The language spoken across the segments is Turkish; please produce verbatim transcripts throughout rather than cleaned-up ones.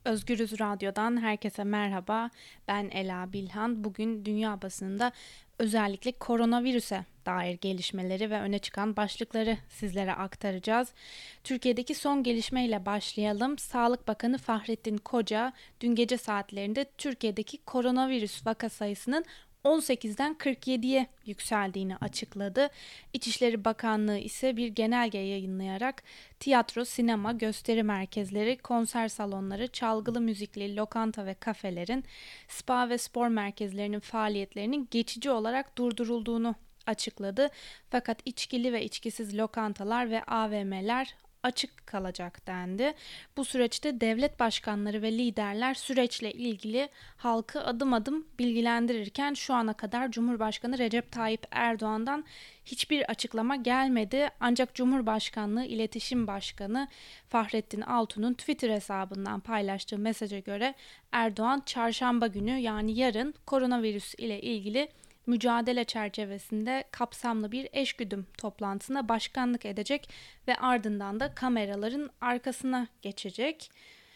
Özgürüz Radyo'dan herkese merhaba. Ben Ela Bilhan. Bugün dünya basınında özellikle koronavirüse dair gelişmeleri ve öne çıkan başlıkları sizlere aktaracağız. Türkiye'deki son gelişmeyle başlayalım. Sağlık Bakanı Fahrettin Koca dün gece saatlerinde Türkiye'deki koronavirüs vaka sayısının on sekizden kırk yediye yükseldiğini açıkladı. İçişleri Bakanlığı ise bir genelge yayınlayarak tiyatro, sinema, gösteri merkezleri, konser salonları, çalgılı müzikli lokanta ve kafelerin, spa ve spor merkezlerinin faaliyetlerinin geçici olarak durdurulduğunu açıkladı. Fakat içkili ve içkisiz lokantalar ve A V M'ler açık kalacak dendi. Bu süreçte devlet başkanları ve liderler süreçle ilgili halkı adım adım bilgilendirirken şu ana kadar Cumhurbaşkanı Recep Tayyip Erdoğan'dan hiçbir açıklama gelmedi. Ancak Cumhurbaşkanlığı İletişim Başkanı Fahrettin Altun'un Twitter hesabından paylaştığı mesaja göre Erdoğan çarşamba günü yani yarın koronavirüs ile ilgili mücadele çerçevesinde kapsamlı bir eşgüdüm toplantısına başkanlık edecek ve ardından da kameraların arkasına geçecek.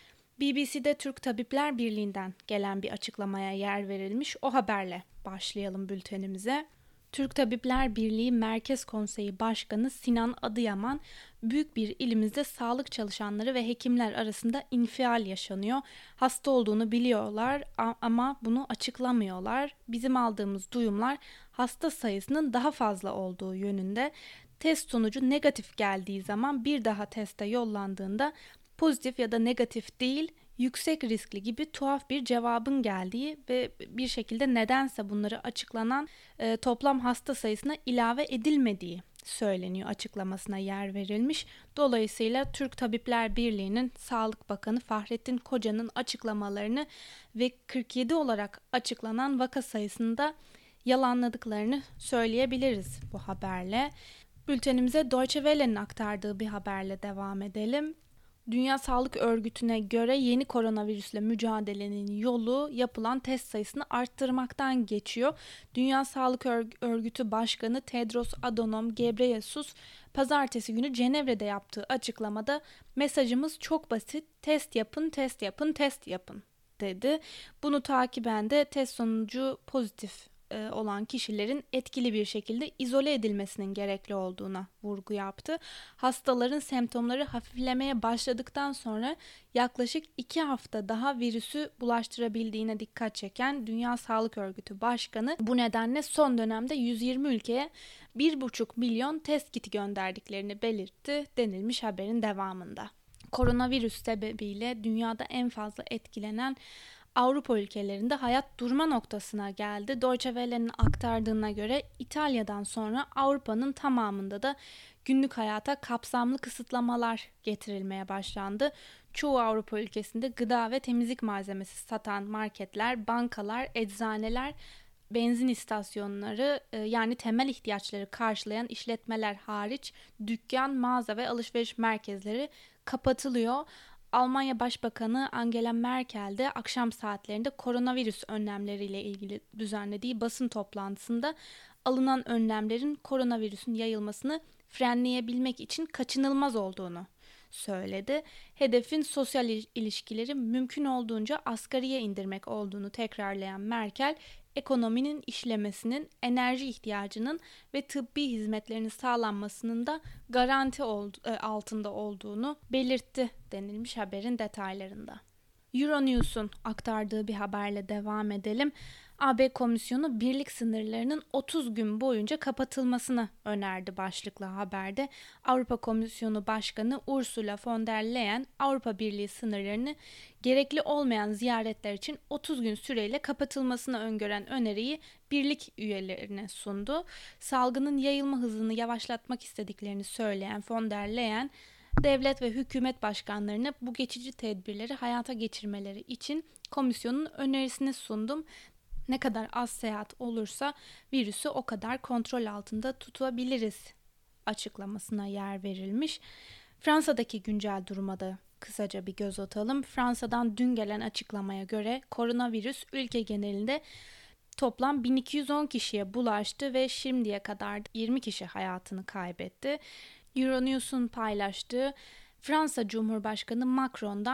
B B C'de Türk Tabipler Birliği'nden gelen bir açıklamaya yer verilmiş. O haberle başlayalım bültenimize. Türk Tabipler Birliği Merkez Konseyi Başkanı Sinan Adıyaman, büyük bir ilimizde sağlık çalışanları ve hekimler arasında infial yaşanıyor. Hasta olduğunu biliyorlar ama bunu açıklamıyorlar. Bizim aldığımız duyumlar hasta sayısının daha fazla olduğu yönünde. Test sonucu negatif geldiği zaman bir daha teste yollandığında pozitif ya da negatif değil, yüksek riskli gibi tuhaf bir cevabın geldiği ve bir şekilde nedense bunları açıklanan e, toplam hasta sayısına ilave edilmediği söyleniyor açıklamasına yer verilmiş. Dolayısıyla Türk Tabipler Birliği'nin Sağlık Bakanı Fahrettin Koca'nın açıklamalarını ve kırk yedi olarak açıklanan vaka sayısını da yalanladıklarını söyleyebiliriz bu haberle. Bültenimize Deutsche Welle'nin aktardığı bir haberle devam edelim. Dünya Sağlık Örgütü'ne göre yeni koronavirüsle mücadelenin yolu yapılan test sayısını arttırmaktan geçiyor. Dünya Sağlık Örgütü Başkanı Tedros Adhanom Ghebreyesus pazartesi günü Cenevre'de yaptığı açıklamada mesajımız çok basit, test yapın, test yapın, test yapın dedi. Bunu takiben de test sonucu pozitif olan kişilerin etkili bir şekilde izole edilmesinin gerekli olduğuna vurgu yaptı. Hastaların semptomları hafiflemeye başladıktan sonra yaklaşık iki hafta daha virüsü bulaştırabildiğine dikkat çeken Dünya Sağlık Örgütü Başkanı bu nedenle son dönemde yüz yirmi ülkeye bir buçuk milyon test kiti gönderdiklerini belirtti denilmiş haberin devamında. Koronavirüs sebebiyle dünyada en fazla etkilenen Avrupa ülkelerinde hayat durma noktasına geldi. Deutsche Welle'nin aktardığına göre İtalya'dan sonra Avrupa'nın tamamında da günlük hayata kapsamlı kısıtlamalar getirilmeye başlandı. Çoğu Avrupa ülkesinde gıda ve temizlik malzemesi satan marketler, bankalar, eczaneler, benzin istasyonları yani temel ihtiyaçları karşılayan işletmeler hariç dükkan, mağaza ve alışveriş merkezleri kapatılıyor. Almanya Başbakanı Angela Merkel de akşam saatlerinde koronavirüs önlemleriyle ilgili düzenlediği basın toplantısında alınan önlemlerin koronavirüsün yayılmasını frenleyebilmek için kaçınılmaz olduğunu söyledi. Hedefin sosyal ilişkileri mümkün olduğunca asgariye indirmek olduğunu tekrarlayan Merkel, ekonominin işlemesinin, enerji ihtiyacının ve tıbbi hizmetlerin sağlanmasının da garanti altında olduğunu belirtti denilmiş haberin detaylarında. Euronews'un aktardığı bir haberle devam edelim. A B Komisyonu birlik sınırlarının otuz gün boyunca kapatılmasını önerdi başlıklı haberde. Avrupa Komisyonu Başkanı Ursula von der Leyen Avrupa Birliği sınırlarını gerekli olmayan ziyaretler için otuz gün süreyle kapatılmasını öngören öneriyi birlik üyelerine sundu. Salgının yayılma hızını yavaşlatmak istediklerini söyleyen von der Leyen, devlet ve hükümet başkanlarına bu geçici tedbirleri hayata geçirmeleri için komisyonun önerisini sundum. Ne kadar az seyahat olursa virüsü o kadar kontrol altında tutabiliriz açıklamasına yer verilmiş. Fransa'daki güncel duruma da kısaca bir göz atalım. Fransa'dan dün gelen açıklamaya göre koronavirüs ülke genelinde toplam bin iki yüz on kişiye bulaştı ve şimdiye kadar yirmi kişi hayatını kaybetti. Euronews'un paylaştığı Fransa Cumhurbaşkanı Macron'dan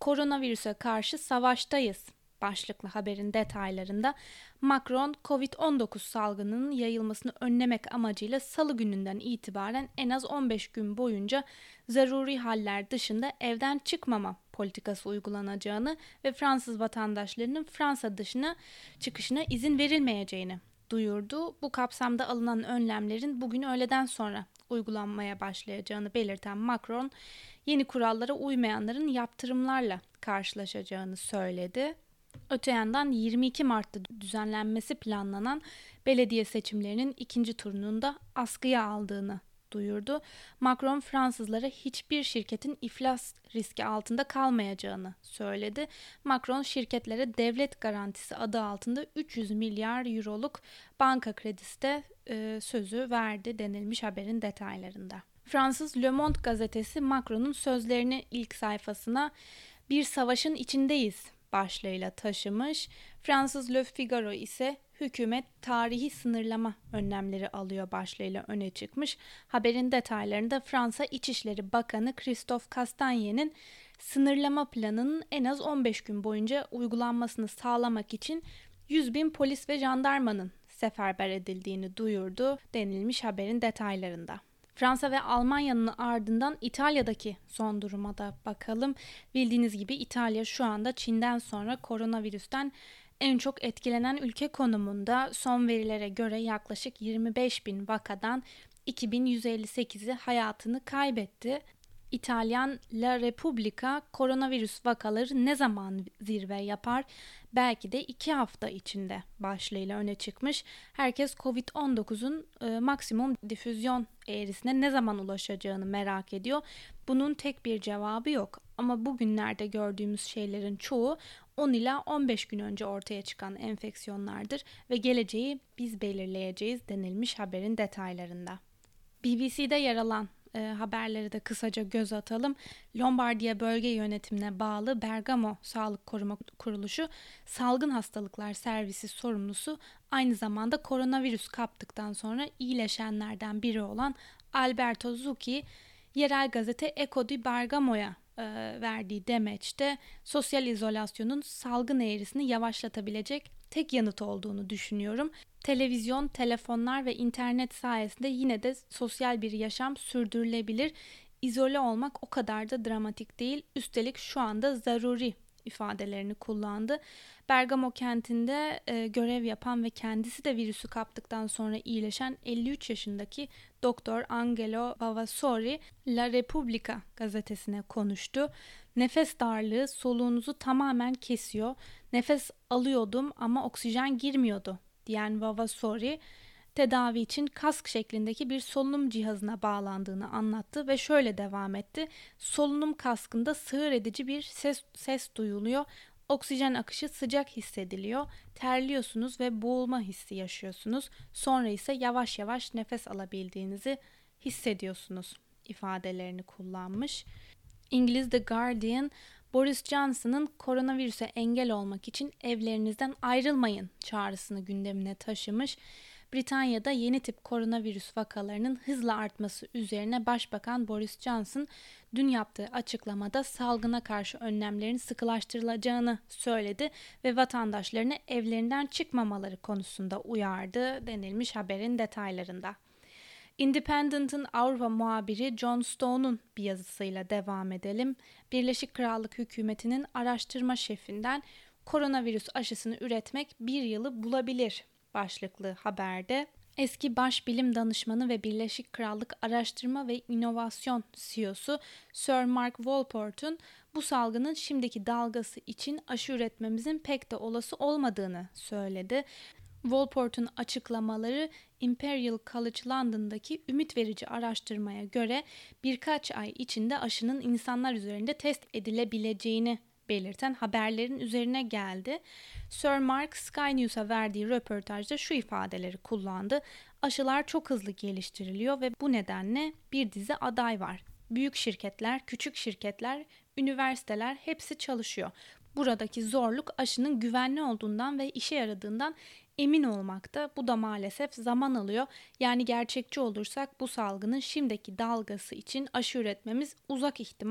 Koronavirüse karşı savaştayız başlıklı haberin detaylarında Macron, kovid on dokuz salgınının yayılmasını önlemek amacıyla Salı gününden itibaren en az on beş gün boyunca zaruri haller dışında evden çıkmama politikası uygulanacağını ve Fransız vatandaşlarının Fransa dışına çıkışına izin verilmeyeceğini duyurdu. Bu kapsamda alınan önlemlerin bugün öğleden sonra uygulanmaya başlayacağını belirten Macron, yeni kurallara uymayanların yaptırımlarla karşılaşacağını söyledi. Öte yandan yirmi iki Mart'ta düzenlenmesi planlanan belediye seçimlerinin ikinci turunun da askıya aldığını duyurdu. Macron, Fransızlara hiçbir şirketin iflas riski altında kalmayacağını söyledi. Macron, şirketlere devlet garantisi adı altında üç yüz milyar euroluk banka kredisi de e, sözü verdi denilmiş haberin detaylarında. Fransız Le Monde gazetesi Macron'un sözlerini ilk sayfasına "Bir savaşın içindeyiz" başlığıyla taşımış. Fransız Le Figaro ise hükümet tarihi sınırlama önlemleri alıyor başlığıyla öne çıkmış. Haberin detaylarında Fransa İçişleri Bakanı Christophe Castagne'nin sınırlama planının en az on beş gün boyunca uygulanmasını sağlamak için yüz bin polis ve jandarmanın seferber edildiğini duyurdu denilmiş haberin detaylarında. Fransa ve Almanya'nın ardından İtalya'daki son duruma da bakalım. Bildiğiniz gibi İtalya şu anda Çin'den sonra koronavirüsten en çok etkilenen ülke konumunda. Son verilere göre yaklaşık yirmi beş bin vakadan iki bin yüz elli sekizi hayatını kaybetti. İtalyan La Repubblica koronavirüs vakaları ne zaman zirve yapar? Belki de iki hafta içinde başlığıyla öne çıkmış. Herkes kovid on dokuzun e, maksimum difüzyon eğrisine ne zaman ulaşacağını merak ediyor. Bunun tek bir cevabı yok. Ama bugünlerde gördüğümüz şeylerin çoğu on ila on beş gün önce ortaya çıkan enfeksiyonlardır ve geleceği biz belirleyeceğiz denilmiş haberin detaylarında. B B C'de yer alan E, haberleri de kısaca göz atalım. Lombardiya Bölge Yönetimine bağlı Bergamo Sağlık Koruma Kuruluşu Salgın Hastalıklar Servisi sorumlusu, aynı zamanda koronavirüs kaptıktan sonra iyileşenlerden biri olan Alberto Zucchi, yerel gazete Eco di Bergamo'ya e, verdiği demeçte sosyal izolasyonun salgın eğrisini yavaşlatabilecek tek yanıt olduğunu düşünüyorum. Televizyon, telefonlar ve internet sayesinde yine de sosyal bir yaşam sürdürülebilir. İzole olmak o kadar da dramatik değil. Üstelik şu anda zaruri ifadelerini kullandı. Bergamo kentinde e, görev yapan ve kendisi de virüsü kaptıktan sonra iyileşen elli üç yaşındaki Doktor Angelo Vavasori, La Repubblica gazetesine konuştu. Nefes darlığı soluğunuzu tamamen kesiyor. Nefes alıyordum ama oksijen girmiyordu diyen Vavasori, tedavi için kask şeklindeki bir solunum cihazına bağlandığını anlattı ve şöyle devam etti. Solunum kaskında sığır edici bir ses, ses duyuluyor. Oksijen akışı sıcak hissediliyor. Terliyorsunuz ve boğulma hissi yaşıyorsunuz. Sonra ise yavaş yavaş nefes alabildiğinizi hissediyorsunuz ifadelerini kullanmış. İngiliz The Guardian, Boris Johnson'ın koronavirüse engel olmak için evlerinizden ayrılmayın çağrısını gündemine taşımış. Britanya'da yeni tip koronavirüs vakalarının hızla artması üzerine Başbakan Boris Johnson dün yaptığı açıklamada salgına karşı önlemlerin sıkılaştırılacağını söyledi ve vatandaşlarını evlerinden çıkmamaları konusunda uyardı denilmiş haberin detaylarında. Independent'ın Avrupa muhabiri John Stone'un bir yazısıyla devam edelim. Birleşik Krallık hükümetinin araştırma şefinden koronavirüs aşısını üretmek bir yılı bulabilir başlıklı haberde eski baş bilim danışmanı ve Birleşik Krallık Araştırma ve İnovasyon C E O'su Sir Mark Walport'un bu salgının şimdiki dalgası için aşı üretmemizin pek de olası olmadığını söyledi. Walport'un açıklamaları Imperial College London'daki ümit verici araştırmaya göre birkaç ay içinde aşının insanlar üzerinde test edilebileceğini belirten haberlerin üzerine geldi. Sir Mark Sky News'a verdiği röportajda şu ifadeleri kullandı. Aşılar çok hızlı geliştiriliyor ve bu nedenle bir dizi aday var. Büyük şirketler, küçük şirketler, üniversiteler hepsi çalışıyor. Buradaki zorluk aşının güvenli olduğundan ve işe yaradığından emin olmakta. Bu da maalesef zaman alıyor. Yani gerçekçi olursak bu salgının şimdiki dalgası için aşı üretmemiz uzak ihtimal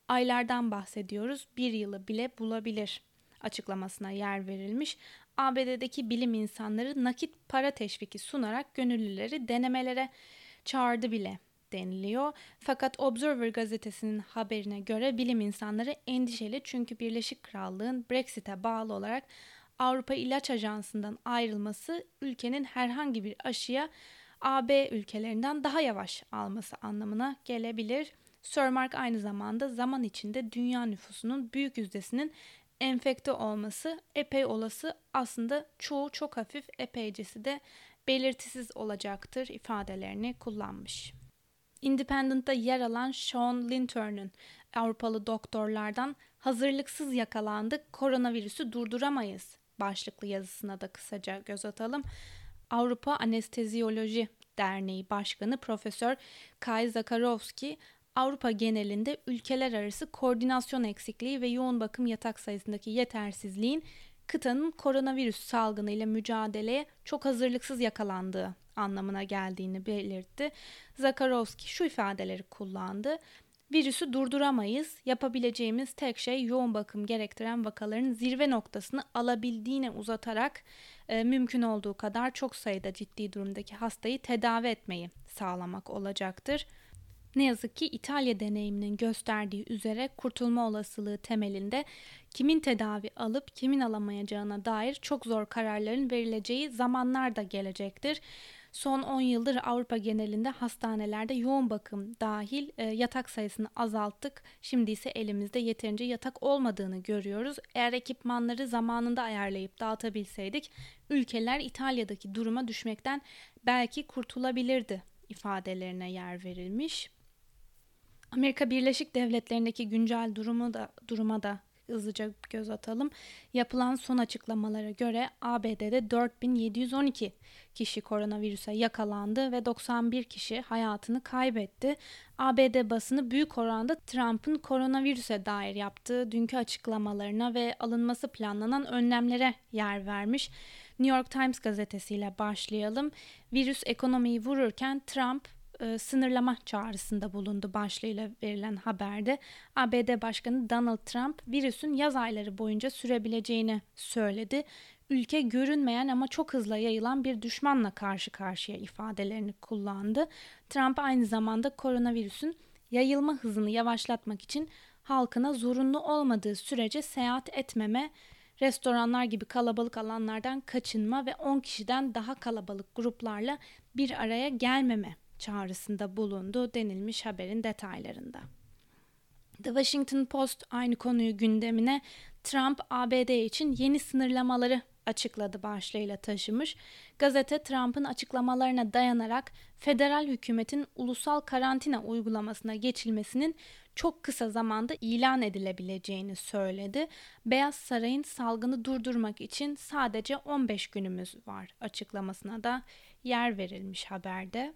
aylardan bahsediyoruz, bir yılı bile bulabilir açıklamasına yer verilmiş. A B D'deki bilim insanları nakit para teşviki sunarak gönüllüleri denemelere çağırdı bile deniliyor. Fakat Observer gazetesinin haberine göre bilim insanları endişeli, çünkü Birleşik Krallığın Brexit'e bağlı olarak Avrupa İlaç Ajansı'ndan ayrılması ülkenin herhangi bir aşıya A B ülkelerinden daha yavaş alması anlamına gelebilir. Sir Mark aynı zamanda zaman içinde dünya nüfusunun büyük yüzdesinin enfekte olması epey olası, aslında çoğu çok hafif, epeycesi de belirtisiz olacaktır ifadelerini kullanmış. Independent'ta yer alan Sean Linturn'un Avrupalı doktorlardan "Hazırlıksız yakalandık, koronavirüsü durduramayız" başlıklı yazısına da kısaca göz atalım. Avrupa Anesteziyoloji Derneği Başkanı Profesör Kai Zakharovski, Avrupa genelinde ülkeler arası koordinasyon eksikliği ve yoğun bakım yatak sayısındaki yetersizliğin kıtanın koronavirüs salgını ile mücadeleye çok hazırlıksız yakalandığı anlamına geldiğini belirtti. Zakharovski şu ifadeleri kullandı: "Virüsü durduramayız. Yapabileceğimiz tek şey yoğun bakım gerektiren vakaların zirve noktasını alabildiğine uzatarak e, mümkün olduğu kadar çok sayıda ciddi durumdaki hastayı tedavi etmeyi sağlamak olacaktır." Ne yazık ki İtalya deneyiminin gösterdiği üzere kurtulma olasılığı temelinde kimin tedavi alıp kimin alamayacağına dair çok zor kararların verileceği zamanlar da gelecektir. Son on yıldır Avrupa genelinde hastanelerde yoğun bakım dahil e, yatak sayısını azalttık. Şimdi ise elimizde yeterince yatak olmadığını görüyoruz. Eğer ekipmanları zamanında ayarlayıp dağıtabilseydik ülkeler İtalya'daki duruma düşmekten belki kurtulabilirdi ifadelerine yer verilmiş. Amerika Birleşik Devletleri'ndeki güncel durumu da duruma da hızlıca göz atalım. Yapılan son açıklamalara göre A B D'de dört bin yedi yüz on iki kişi koronavirüse yakalandı ve doksan bir kişi hayatını kaybetti. A B D basını büyük oranda Trump'ın koronavirüse dair yaptığı dünkü açıklamalarına ve alınması planlanan önlemlere yer vermiş. New York Times gazetesiyle başlayalım. "Virüs ekonomiyi vururken Trump e, sınırlama çağrısında bulundu" başlığıyla verilen haberde A B D Başkanı Donald Trump virüsün yaz ayları boyunca sürebileceğini söyledi. "Ülke görünmeyen ama çok hızlı yayılan bir düşmanla karşı karşıya" ifadelerini kullandı. Trump aynı zamanda koronavirüsün yayılma hızını yavaşlatmak için halkına zorunlu olmadığı sürece seyahat etmeme, restoranlar gibi kalabalık alanlardan kaçınma ve on kişiden daha kalabalık gruplarla bir araya gelmeme çağrısında bulundu denilmiş haberin detaylarında. The Washington Post aynı konuyu gündemine "Trump A B D için yeni sınırlamaları açıkladı" başlığıyla taşımış. Gazete, Trump'ın açıklamalarına dayanarak federal hükümetin ulusal karantina uygulamasına geçilmesinin çok kısa zamanda ilan edilebileceğini söyledi. Beyaz Saray'ın "salgını durdurmak için sadece on beş günümüz var" açıklamasına da yer verilmiş haberde.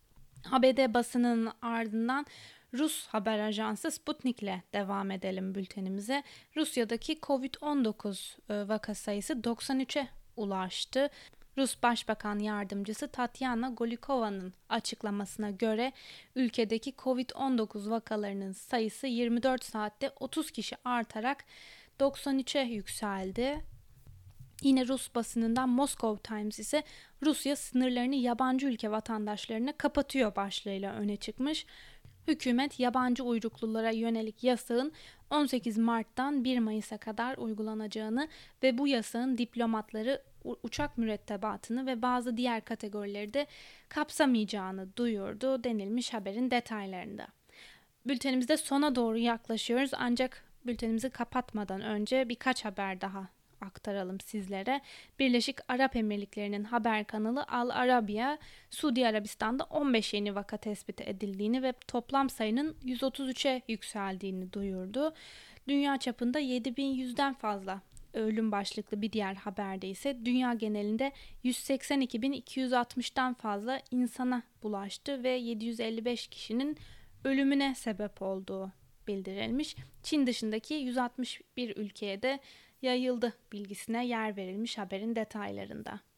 A B D basının ardından Rus haber ajansı Sputnik'le devam edelim bültenimize. Rusya'daki kovid on dokuz vaka sayısı doksan üçe ulaştı. Rus Başbakan Yardımcısı Tatyana Golikova'nın açıklamasına göre ülkedeki kovid on dokuz vakalarının sayısı yirmi dört saatte otuz kişi artarak doksan üçe yükseldi. Yine Rus basınından Moscow Times ise "Rusya sınırlarını yabancı ülke vatandaşlarına kapatıyor" başlığıyla öne çıkmış. Hükümet yabancı uyruklulara yönelik yasağın on sekiz Mart'tan bir Mayıs'a kadar uygulanacağını ve bu yasağın diplomatları, uçak mürettebatını ve bazı diğer kategorileri de kapsamayacağını duyurdu denilmiş haberin detaylarında. Bültenimizde sona doğru yaklaşıyoruz, ancak bültenimizi kapatmadan önce birkaç haber daha aktaralım sizlere. Birleşik Arap Emirlikleri'nin haber kanalı Al Arabiya, Suudi Arabistan'da on beş yeni vaka tespit edildiğini ve toplam sayının yüz otuz üçe yükseldiğini duyurdu. Dünya çapında yedi bin yüzden fazla ölüm başlıklı bir diğer haberde ise dünya genelinde yüz seksen iki bin iki yüz altmıştan fazla insana bulaştı ve yedi yüz elli beş kişinin ölümüne sebep olduğu bildirilmiş. Çin dışındaki yüz altmış bir ülkeye de yayıldı bilgisine yer verilmiş haberin detaylarında.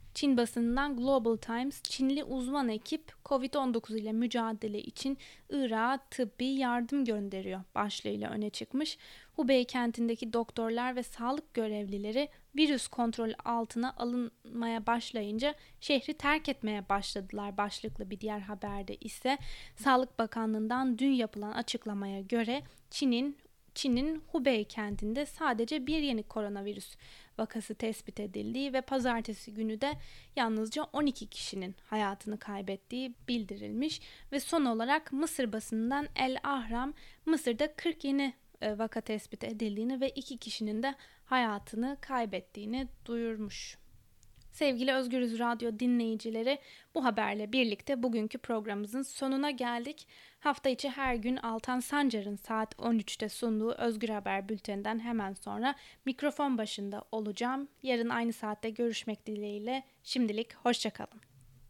Çin basınından Global Times, Çinli uzman ekip kovid on dokuz ile mücadele için Irak'a tıbbi yardım gönderiyor başlığıyla öne çıkmış. Hubei kentindeki doktorlar ve sağlık görevlileri virüs kontrol altına alınmaya başlayınca şehri terk etmeye başladılar başlıklı bir diğer haberde ise Sağlık Bakanlığı'ndan dün yapılan açıklamaya göre Çin'in Çin'in Hubei kentinde sadece bir yeni koronavirüs vakası tespit edildiği ve pazartesi günü de yalnızca on iki kişinin hayatını kaybettiği bildirilmiş ve son olarak Mısır basınından El Ahram, Mısır'da kırk yeni vaka tespit edildiğini ve iki kişinin de hayatını kaybettiğini duyurmuş. Sevgili Özgürüz Radyo dinleyicileri, bu haberle birlikte bugünkü programımızın sonuna geldik. Hafta içi her gün Altan Sancar'ın saat on üçte sunduğu Özgür Haber Bülteni'nden hemen sonra mikrofon başında olacağım. Yarın aynı saatte görüşmek dileğiyle. Şimdilik hoşça kalın.